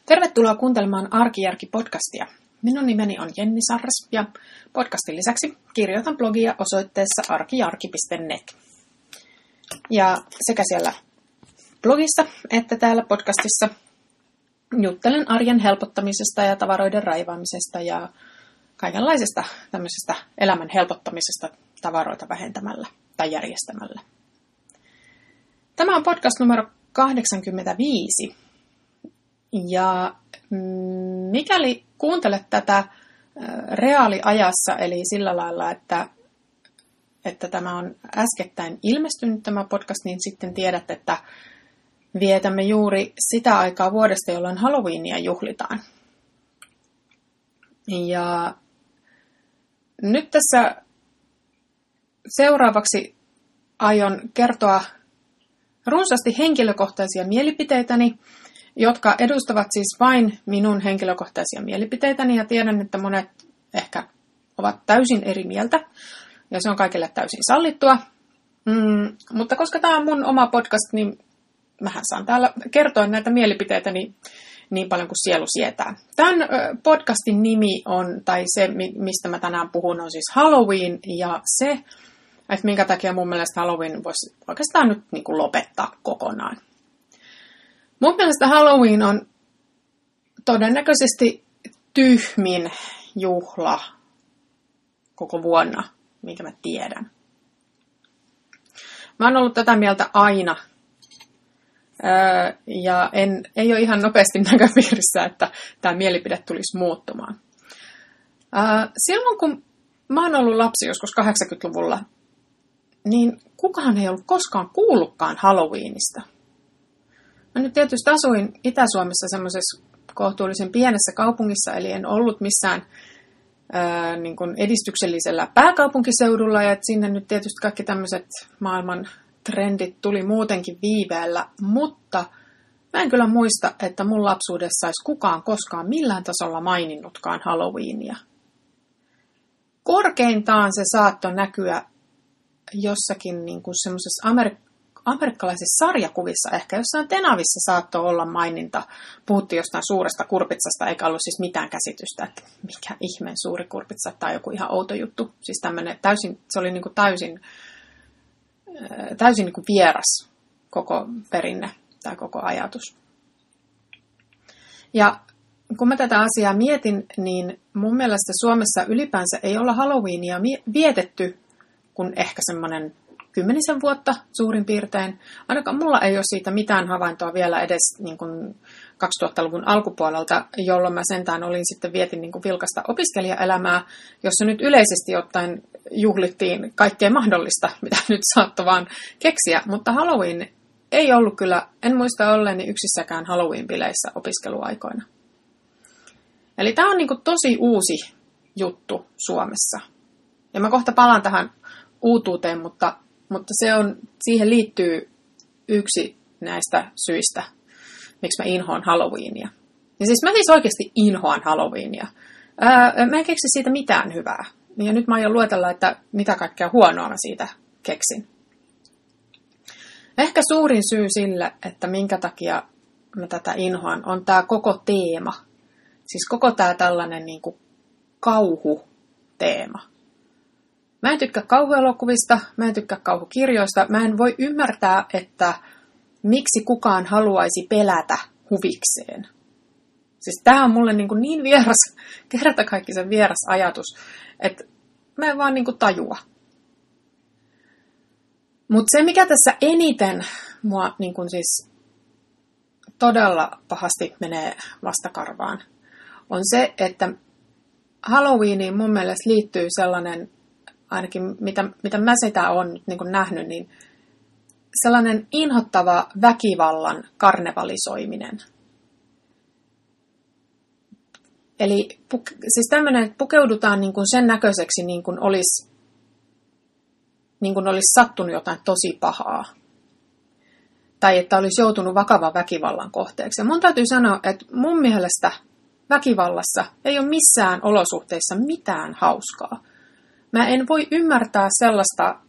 Tervetuloa kuuntelemaan Arkijärki-podcastia. Minun nimeni on Jenni Sarras ja podcastin lisäksi kirjoitan blogia osoitteessa arkijarki.net. Ja sekä siellä blogissa että täällä podcastissa juttelen arjen helpottamisesta ja tavaroiden raivaamisesta ja kaikenlaisesta tämmöisestä elämän helpottamisesta tavaroita vähentämällä tai järjestämällä. Tämä on podcast numero 85. Ja mikäli kuuntelet tätä reaaliajassa, eli sillä lailla, että tämä on äskettäin ilmestynyt tämä podcast, niin sitten tiedät, että vietämme juuri sitä aikaa vuodesta, jolloin Halloweenia juhlitaan. Ja nyt tässä seuraavaksi aion kertoa runsaasti henkilökohtaisia mielipiteitäni, jotka edustavat siis vain minun henkilökohtaisia mielipiteitäni, ja tiedän, että monet ehkä ovat täysin eri mieltä, ja se on kaikille täysin sallittua. Mutta koska tämä on mun oma podcast, niin mähän saan täällä kertoa näitä mielipiteitäni niin paljon kuin sielu sietää. Tämän podcastin nimi on, tai se mistä mä tänään puhun, on siis Halloween, ja se, että minkä takia mun mielestä Halloween voisi oikeastaan nyt niin kuin lopettaa kokonaan. Mun mielestä Halloween on todennäköisesti tyhmin juhla koko vuonna, minkä mä tiedän. Mä oon ollut tätä mieltä aina. Ja ei ole ihan nopeasti näköpiirissä, että tämä mielipide tulisi muuttumaan. Silloin kun mä oon ollut lapsi joskus 80-luvulla, niin kukaan ei ollut koskaan kuullutkaan Halloweenista. Mä nyt tietysti asuin Itä-Suomessa semmoisessa kohtuullisen pienessä kaupungissa, eli en ollut missään niin kuin edistyksellisellä pääkaupunkiseudulla, ja sinne nyt tietysti kaikki tämmöiset maailman trendit tuli muutenkin viiveellä, mutta mä en kyllä muista, että mun lapsuudessa olisi kukaan koskaan millään tasolla maininnutkaan Halloweenia. Korkeintaan se saattoi näkyä jossakin niin kuin semmoisessa amerikkalaisissa sarjakuvissa, ehkä jossain Tenavissa saattoi olla maininta. Puhuttiin jostain suuresta kurpitsasta, eikä ollut siis mitään käsitystä, että mikä ihmeen suuri kurpitsa tai joku ihan outo juttu. Siis tämmöinen se oli niin kuin täysin niin kuin vieras koko perinne tai koko ajatus. Ja kun mä tätä asiaa mietin, niin mun mielestä Suomessa ylipäänsä ei olla Halloweenia vietetty kun ehkä semmoinen 10 vuotta suurin piirtein. Ainakaan mulla ei ole siitä mitään havaintoa vielä edes niin kuin 2000-luvun alkupuolelta, jolloin mä sentään vietin niin kuin vilkasta opiskelijaelämää, jossa nyt yleisesti ottaen juhlittiin kaikkea mahdollista, mitä nyt saattoi vaan keksiä. Mutta Halloween ei ollut kyllä, en muista olleeni yksissäkään Halloween-bileissä opiskeluaikoina. Eli tämä on niin kuin tosi uusi juttu Suomessa. Ja mä kohta palaan tähän uutuuteen, mutta siihen liittyy yksi näistä syistä, miksi mä inhoan Halloweenia. Ja siis mä oikeasti inhoan Halloweenia. Mä en keksi siitä mitään hyvää. Ja nyt mä aion luetella, että mitä kaikkea huonoa mä siitä keksin. Ehkä suurin syy sille, että minkä takia mä tätä inhoan, on tää koko teema. Siis koko tää tällainen niin kuin kauhuteema. Mä en tykkää kauhuelokuvista, mä en tykkää kauhukirjoista, mä en voi ymmärtää, että miksi kukaan haluaisi pelätä huvikseen. Siis tää on mulle niin vieras, kertakaikkisen vieras ajatus, että mä en vaan tajua. Mutta se, mikä tässä eniten mua siis todella pahasti menee vastakarvaan, on se, että Halloweeniin mun mielestä liittyy sellainen, ainakin mitä mä sitä olen nyt nähnyt, niin sellainen inhottava väkivallan karnevalisoiminen. Eli siis tämmöinen, että pukeudutaan sen näköiseksi, niin kuin olisi sattunut jotain tosi pahaa. Tai että olisi joutunut vakavan väkivallan kohteeksi. Ja mun täytyy sanoa, että mun mielestä väkivallassa ei ole missään olosuhteissa mitään hauskaa. Mä en voi ymmärtää sellaista,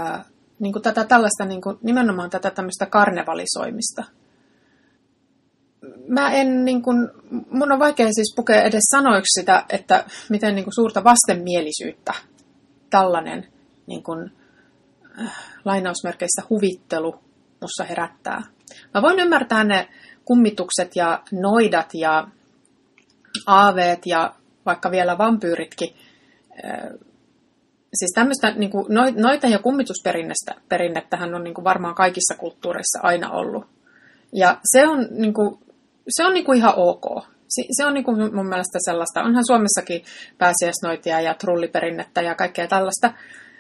tällaista nimenomaan tätä tämmöistä karnevalisoimista. mä en niin kuin, mun on vaikea siis pukea edes sanoiksi sitä, että miten niin kuin suurta vastenmielisyyttä tällainen niin kuin, lainausmerkeissä huvittelu mussa herättää. Mä voin ymmärtää ne kummitukset ja noidat ja aaveet ja vaikka vielä vampyyritkin. Siis tämmöistä niin kuin noita ja kummitusperinnettähän on niin kuin varmaan kaikissa kulttuureissa aina ollut. Ja se on niin kuin ihan ok. Se on niin kuin mun mielestä sellaista. Onhan Suomessakin pääsiäisnoitia ja trulliperinnettä ja kaikkea tällaista.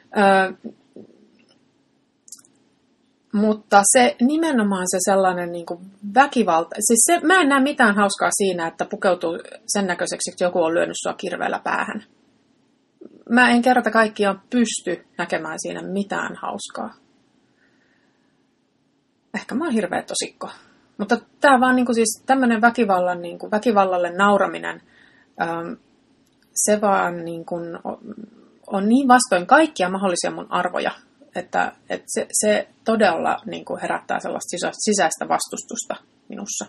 Mutta se nimenomaan se sellainen niin kuin väkivalta. Siis mä en näe mitään hauskaa siinä, että pukeutuu sen näköiseksi, että joku on lyönyt sua kirveellä päähän. Mä en kerta kaikkiaan pysty näkemään siinä mitään hauskaa. Ehkä mä oon hirveä tosikko. Mutta tää vaan niinku siis tämmönen väkivallalle nauraminen, se vaan niinku on niin vastoin kaikkia mahdollisia mun arvoja, että se todella niinku herättää sellaista sisäistä vastustusta minussa.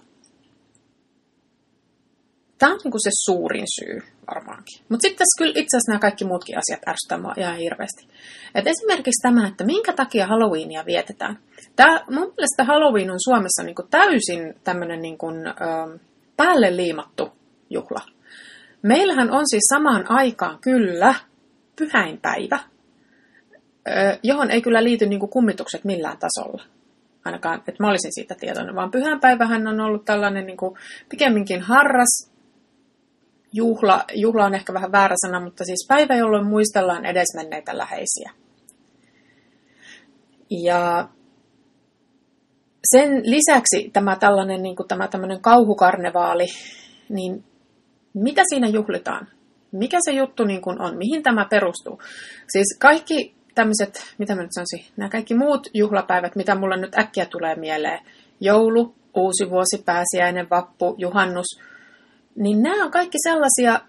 Tämä on niinku se suurin syy varmaankin. Mutta sitten tässä kyllä itse asiassa nämä kaikki muutkin asiat ärsyttää mua ihan hirveästi. Et esimerkiksi tämä, että minkä takia Halloweenia vietetään. Mun mielestä Halloween on Suomessa niinku täysin tämmöinen niinku, päälle liimattu juhla. Meillähän on siis samaan aikaan kyllä pyhäinpäivä, johon ei kyllä liity niinku kummitukset millään tasolla. Ainakaan, että mä olisin siitä tietoinen, vaan pyhäinpäivähän on ollut tällainen niinku, pikemminkin harras juhla on ehkä vähän väärä sana, mutta siis päivä, jolloin muistellaan edesmenneitä läheisiä. Ja sen lisäksi tämä tämmöinen kauhukarnevaali, niin mitä siinä juhlitaan? Mikä se juttu niin kuin on? Mihin tämä perustuu? Siis kaikki tämmöiset, mitä mä nyt sanoisin, nämä kaikki muut juhlapäivät, mitä mulle nyt äkkiä tulee mieleen, joulu, uusi vuosi, pääsiäinen, vappu, juhannus, niin nämä on kaikki sellaisia,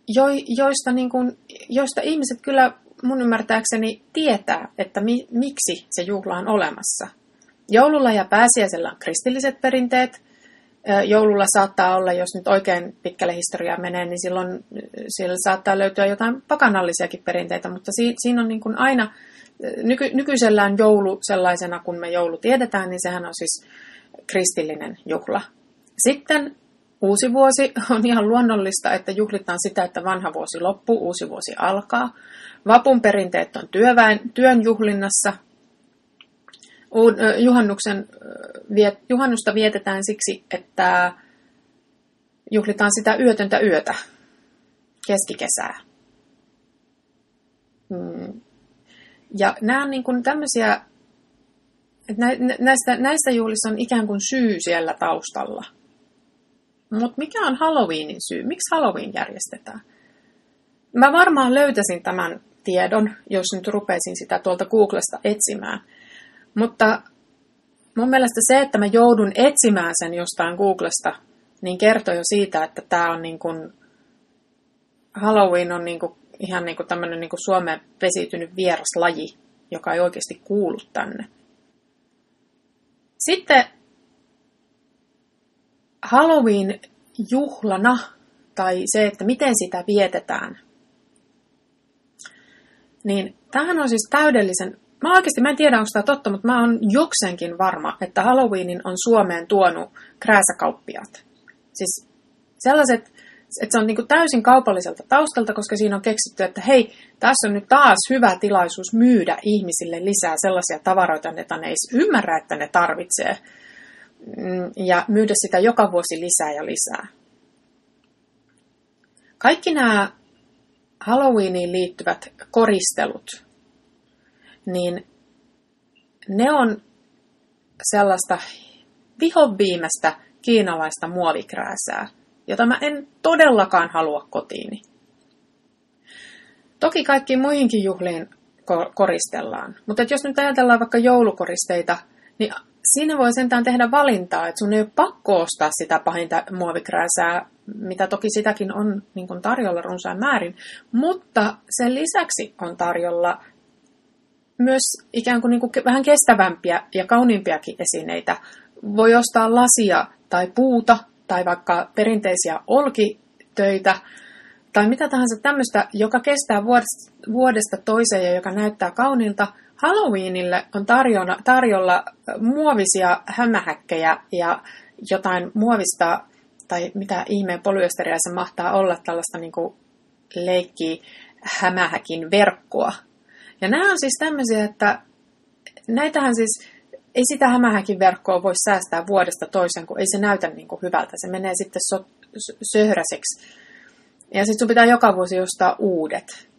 joista ihmiset kyllä mun ymmärtääkseni tietää, että miksi se juhla on olemassa. Joululla ja pääsiäisellä on kristilliset perinteet. Joululla saattaa olla, jos nyt oikein pitkälle historiaa menee, niin silloin siellä saattaa löytyä jotain pakanallisiakin perinteitä, mutta siinä on niin kuin aina, nykyisellään joulu sellaisena, kun me joulu tiedetään, niin sehän on siis kristillinen juhla. Sitten uusi vuosi on ihan luonnollista, että juhlitaan sitä, että vanha vuosi loppuu, uusi vuosi alkaa. Vapun perinteet on työn juhlinnassa. Juhannusta vietetään siksi, että juhlitaan sitä yötöntä yötä, keskikesää. Ja nämä on niin kuin tämmöisiä, että näistä juhlissa on ikään kuin syy siellä taustalla. Mutta mikä on Halloweenin syy? Miksi Halloween järjestetään? Mä varmaan löytäisin tämän tiedon, jos nyt rupeisin sitä tuolta Googlesta etsimään. Mutta mun mielestä se, että mä joudun etsimään sen jostain Googlesta, niin kertoo jo siitä, että tää on niin kuin, Halloween on niin kuin, ihan niin kuin tämmöinen niin kuin Suomeen pesiytynyt vieraslaji, joka ei oikeasti kuulu tänne. Sitten Halloween juhlana, tai se, että miten sitä vietetään, niin tämähän on siis täydellisen. Mä en tiedä, onko tämä totta, mutta mä oon jokseenkin varma, että Halloweenin on Suomeen tuonut krääsäkauppiaat. Siis sellaiset, että se on niinku täysin kaupalliselta taustalta, koska siinä on keksitty, että hei, tässä on nyt taas hyvä tilaisuus myydä ihmisille lisää sellaisia tavaroita, joita ne ei ymmärrä, että ne tarvitsee. Ja myydä sitä joka vuosi lisää ja lisää. Kaikki nämä Halloweeniin liittyvät koristelut, niin ne on sellaista vihonviimeistä kiinalaista muovikrääsää, jota mä en todellakaan halua kotiini. Toki kaikkiin muihinkin juhliin koristellaan, mutta jos nyt ajatellaan vaikka joulukoristeita, niin siinä voi sentään tehdä valintaa, että sun ei ole pakko ostaa sitä pahinta muovikrääsää, mitä toki sitäkin on niin kuin tarjolla runsain määrin, mutta sen lisäksi on tarjolla myös ikään kuin, vähän kestävämpiä ja kauniimpiakin esineitä voi ostaa lasia tai puuta tai vaikka perinteisiä olkitöitä tai mitä tahansa tämmöistä, joka kestää vuodesta toiseen ja joka näyttää kauniilta. Halloweenille on tarjolla muovisia hämähäkkejä ja jotain muovista, tai mitä ihmeen polyesteriä se mahtaa olla, tällaista niin kuin leikkiä hämähäkin verkkoa. Ja nämä on siis tämmöisiä, että näitähän siis, ei sitä hämähäkin verkkoa voi säästää vuodesta toiseen, kun ei se näytä niin kuin hyvältä. Se menee sitten söhräiseksi. Ja sitten sun pitää joka vuosi ostaa uudet.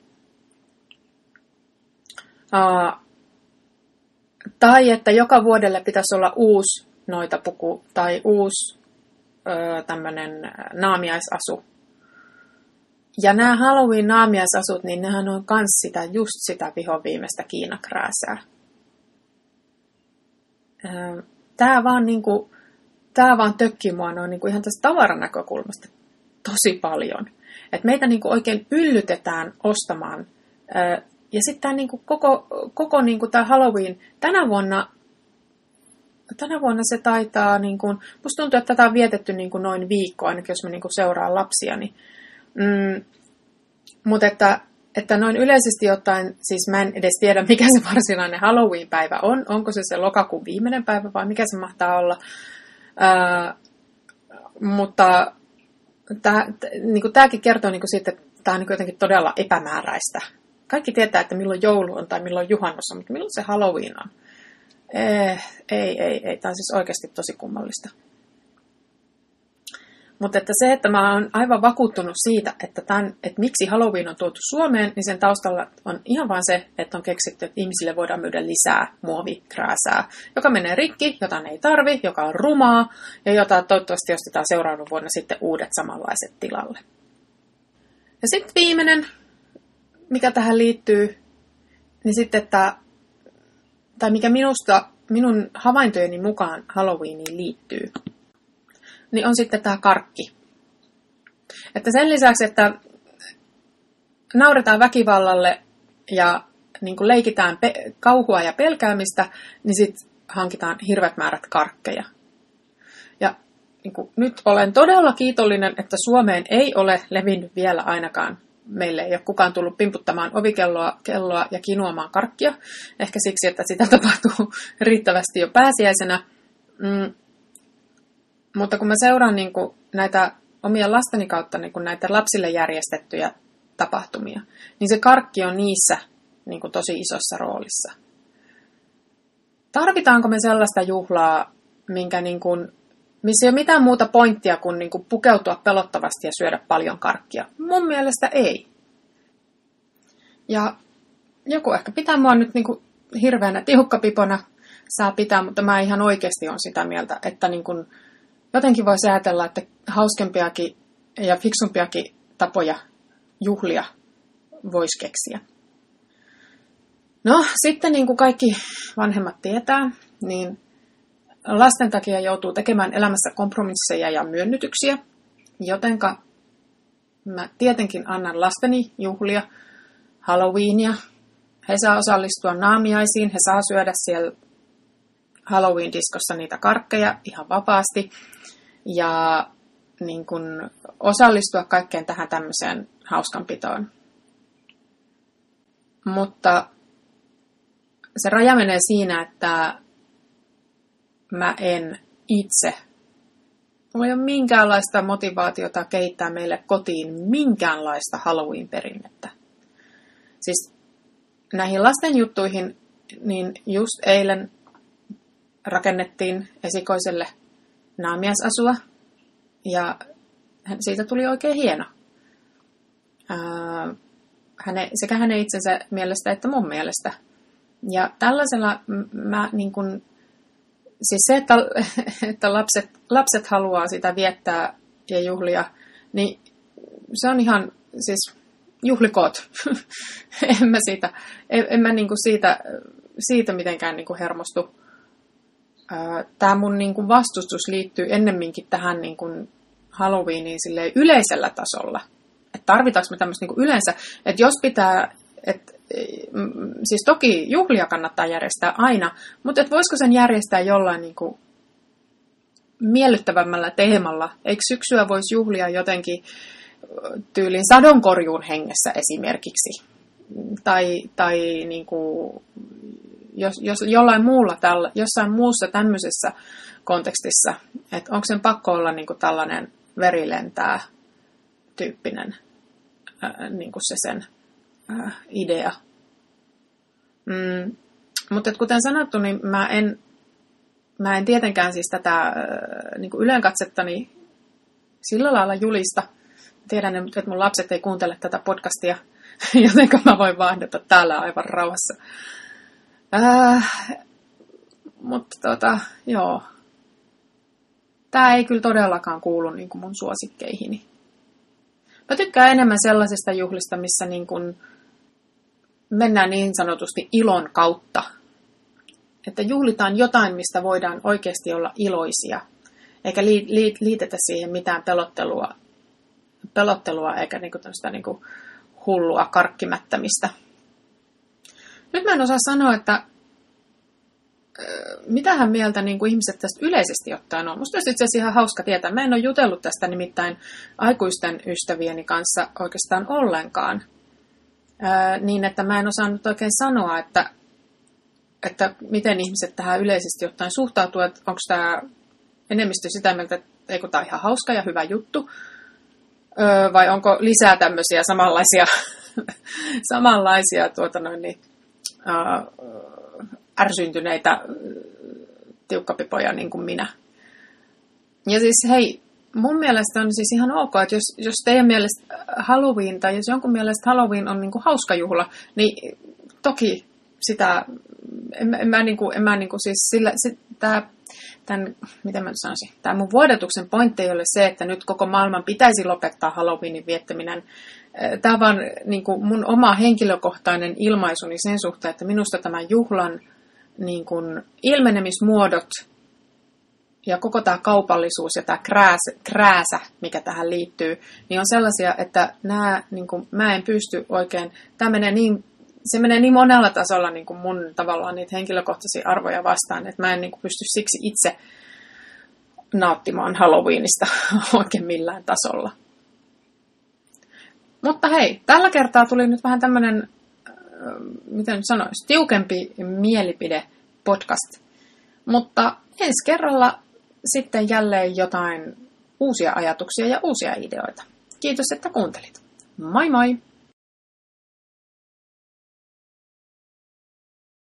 Tai että joka vuodelle pitäisi olla uusi noitapuku tai uusi tämmöinen naamiaisasu. Ja nämä Halloween-naamiaisasut, niin nehän on kans just sitä vihoviimeistä kiinakrääsää. Tää vaan tökkii mua noin niinku ihan tästä tavaranäkökulmasta tosi paljon. Et meitä niinku oikein yllytetään ostamaan. Ja sitten tämä niinku koko niinku tää Halloween tänä vuonna se taitaa, niinku, musta tuntuu, että tätä on vietetty niinku noin viikko, ainakin jos mä niinku seuraan lapsiani. Mutta että noin yleisesti ottaen, siis mä en edes tiedä, mikä se varsinainen Halloween-päivä on. Onko se lokakuun viimeinen päivä vai mikä se mahtaa olla. Mutta tämäkin kertoo niinku siitä, että tämä on niinku jotenkin todella epämääräistä. Kaikki tietää, että milloin joulu on tai milloin juhannus on, mutta milloin se Halloween on? Ei. Tämä on siis oikeasti tosi kummallista. Mutta että se, että mä oon aivan vakuuttunut siitä, että miksi Halloween on tuotu Suomeen, niin sen taustalla on ihan vain se, että on keksitty, että ihmisille voidaan myydä lisää muovikrääsää, joka menee rikki, jota ne ei tarvi, joka on rumaa ja jota toivottavasti ostetaan seuraavana vuonna sitten uudet samanlaiset tilalle. Ja sitten viimeinen, mikä tähän liittyy, niin sitten, tai mikä minun havaintojeni mukaan Halloweeniin liittyy, niin on sitten tämä karkki. Että sen lisäksi, että nauretaan väkivallalle ja niin kuin leikitään kauhua ja pelkäämistä, niin sitten hankitaan hirveät määrät karkkeja. Ja niin kuin, nyt olen todella kiitollinen, että Suomeen ei ole levinnyt vielä ainakaan. Meille ei ole kukaan tullut pimputtamaan ovikelloa ja kinuamaan karkkia. Ehkä siksi, että sitä tapahtuu riittävästi jo pääsiäisenä. Mutta kun mä seuraan niin kuin näitä omien lasteni kautta niin kuin näitä lapsille järjestettyjä tapahtumia, niin se karkki on niissä niin kuin tosi isossa roolissa. Tarvitaanko me sellaista juhlaa, missä ei ole mitään muuta pointtia kuin pukeutua pelottavasti ja syödä paljon karkkia? Mun mielestä ei. Ja joku ehkä pitää mua nyt niin kuin hirveänä tiukkapipona, saa pitää, mutta mä ihan oikeasti on sitä mieltä, että niin kuin jotenkin voisi ajatella, että hauskempiakin ja fiksumpiakin tapoja juhlia voisi keksiä. No, sitten niin kuin kaikki vanhemmat tietää, niin lasten takia joutuu tekemään elämässä kompromisseja ja myönnytyksiä, jotenka mä tietenkin annan lasteni juhlia Halloweenia. He saa osallistua naamiaisiin, he saa syödä siellä Halloween-diskossa niitä karkkeja ihan vapaasti ja niin kun osallistua kaikkeen tähän tämmöiseen hauskanpitoon. Mutta se raja menee siinä, että mä en itse, mulla ei ole minkäänlaista motivaatiota kehittää meille kotiin minkäänlaista Halloween-perinnettä. Siis näihin lasten juttuihin, niin just eilen rakennettiin esikoiselle naamiaisasua ja siitä tuli oikein hieno. Sekä hänen itsensä mielestä että mun mielestä. Ja tällaisella mä niin kun, siis se, että lapset haluaa sitä viettää ja juhlia, niin se on ihan siis juhlikoot. en mä niin kuin siitä mitenkään niin kuin hermostu. Tämä mun niin kuin vastustus liittyy ennemminkin tähän niin kuin Halloweeniin silleen yleisellä tasolla. Että tarvitaanko me tämmöistä niin kuin yleensä, että jos pitää, siis toki juhlia kannattaa järjestää aina, mutta että voisiko sen järjestää jollain niin kuin miellyttävämmällä teemalla. Eikö syksyä voisi juhlia jotenkin tyylin sadonkorjuun hengessä esimerkiksi? Tai niin kuin, jos jossain muussa tämmöisessä kontekstissa, että onko sen pakko olla niin kuin tällainen verilentää tyyppinen niin kuin se sen idea. Mutta kuten sanottu, niin mä en tietenkään siis tätä niin kuin ylenkatsettani sillä lailla julista. Tiedän, että mun lapset ei kuuntele tätä podcastia, joten mä voin vahdata täällä aivan rauhassa. Mutta joo. Tää ei kyllä todellakaan kuulu niin kuin mun suosikkeihini. Mä tykkään enemmän sellaisesta juhlista, missä niin kuin mennään niin sanotusti ilon kautta. Että juhlitaan jotain, mistä voidaan oikeasti olla iloisia. Eikä liitetä siihen mitään pelottelua eikä niinku tämmöistä niinku hullua karkkimättämistä. Nyt mä en osaa sanoa, että mitähän mieltä niin kuin ihmiset tästä yleisesti ottaen on. Musta olisi itse asiassa ihan hauska tietää. Mä en ole jutellut tästä nimittäin aikuisten ystävieni kanssa oikeastaan ollenkaan. Niin, että mä en osannut oikein sanoa, että miten ihmiset tähän yleisesti ottaen suhtautuu. Että onko tämä enemmistö sitä mieltä, että eikö tämä on ihan hauska ja hyvä juttu. Vai onko lisää tämmöisiä samanlaisia ärsyntyneitä tiukkapipoja niin kuin minä. Ja siis hei, mun mielestä on siis ihan ok, että jos teidän mielestä Halloween tai jos jonkun mielestä Halloween on niin kuin hauska juhla, niin toki sitä, en mä siis sillä, miten mä sanoisin, tämä mun vuodatuksen pointti ei ole se, että nyt koko maailman pitäisi lopettaa Halloweenin viettäminen. Tämä on vaan niin kuin mun oma henkilökohtainen ilmaisuni sen suhteen, että minusta tämän juhlan niin kuin ilmenemismuodot ja koko tämä kaupallisuus ja tämä krääsä, mikä tähän liittyy, niin on sellaisia, että nämä, niin kuin, mä en pysty oikein, se menee niin monella tasolla niin kuin mun tavallaan niitä henkilökohtaisia arvoja vastaan, että mä en niin kuin pysty siksi itse nauttimaan Halloweenista oikein millään tasolla. Mutta hei, tällä kertaa tuli nyt vähän tämmöinen, miten sanoisi, tiukempi mielipide podcast. Mutta ensi kerralla sitten jälleen jotain uusia ajatuksia ja uusia ideoita. Kiitos, että kuuntelit. Moi moi!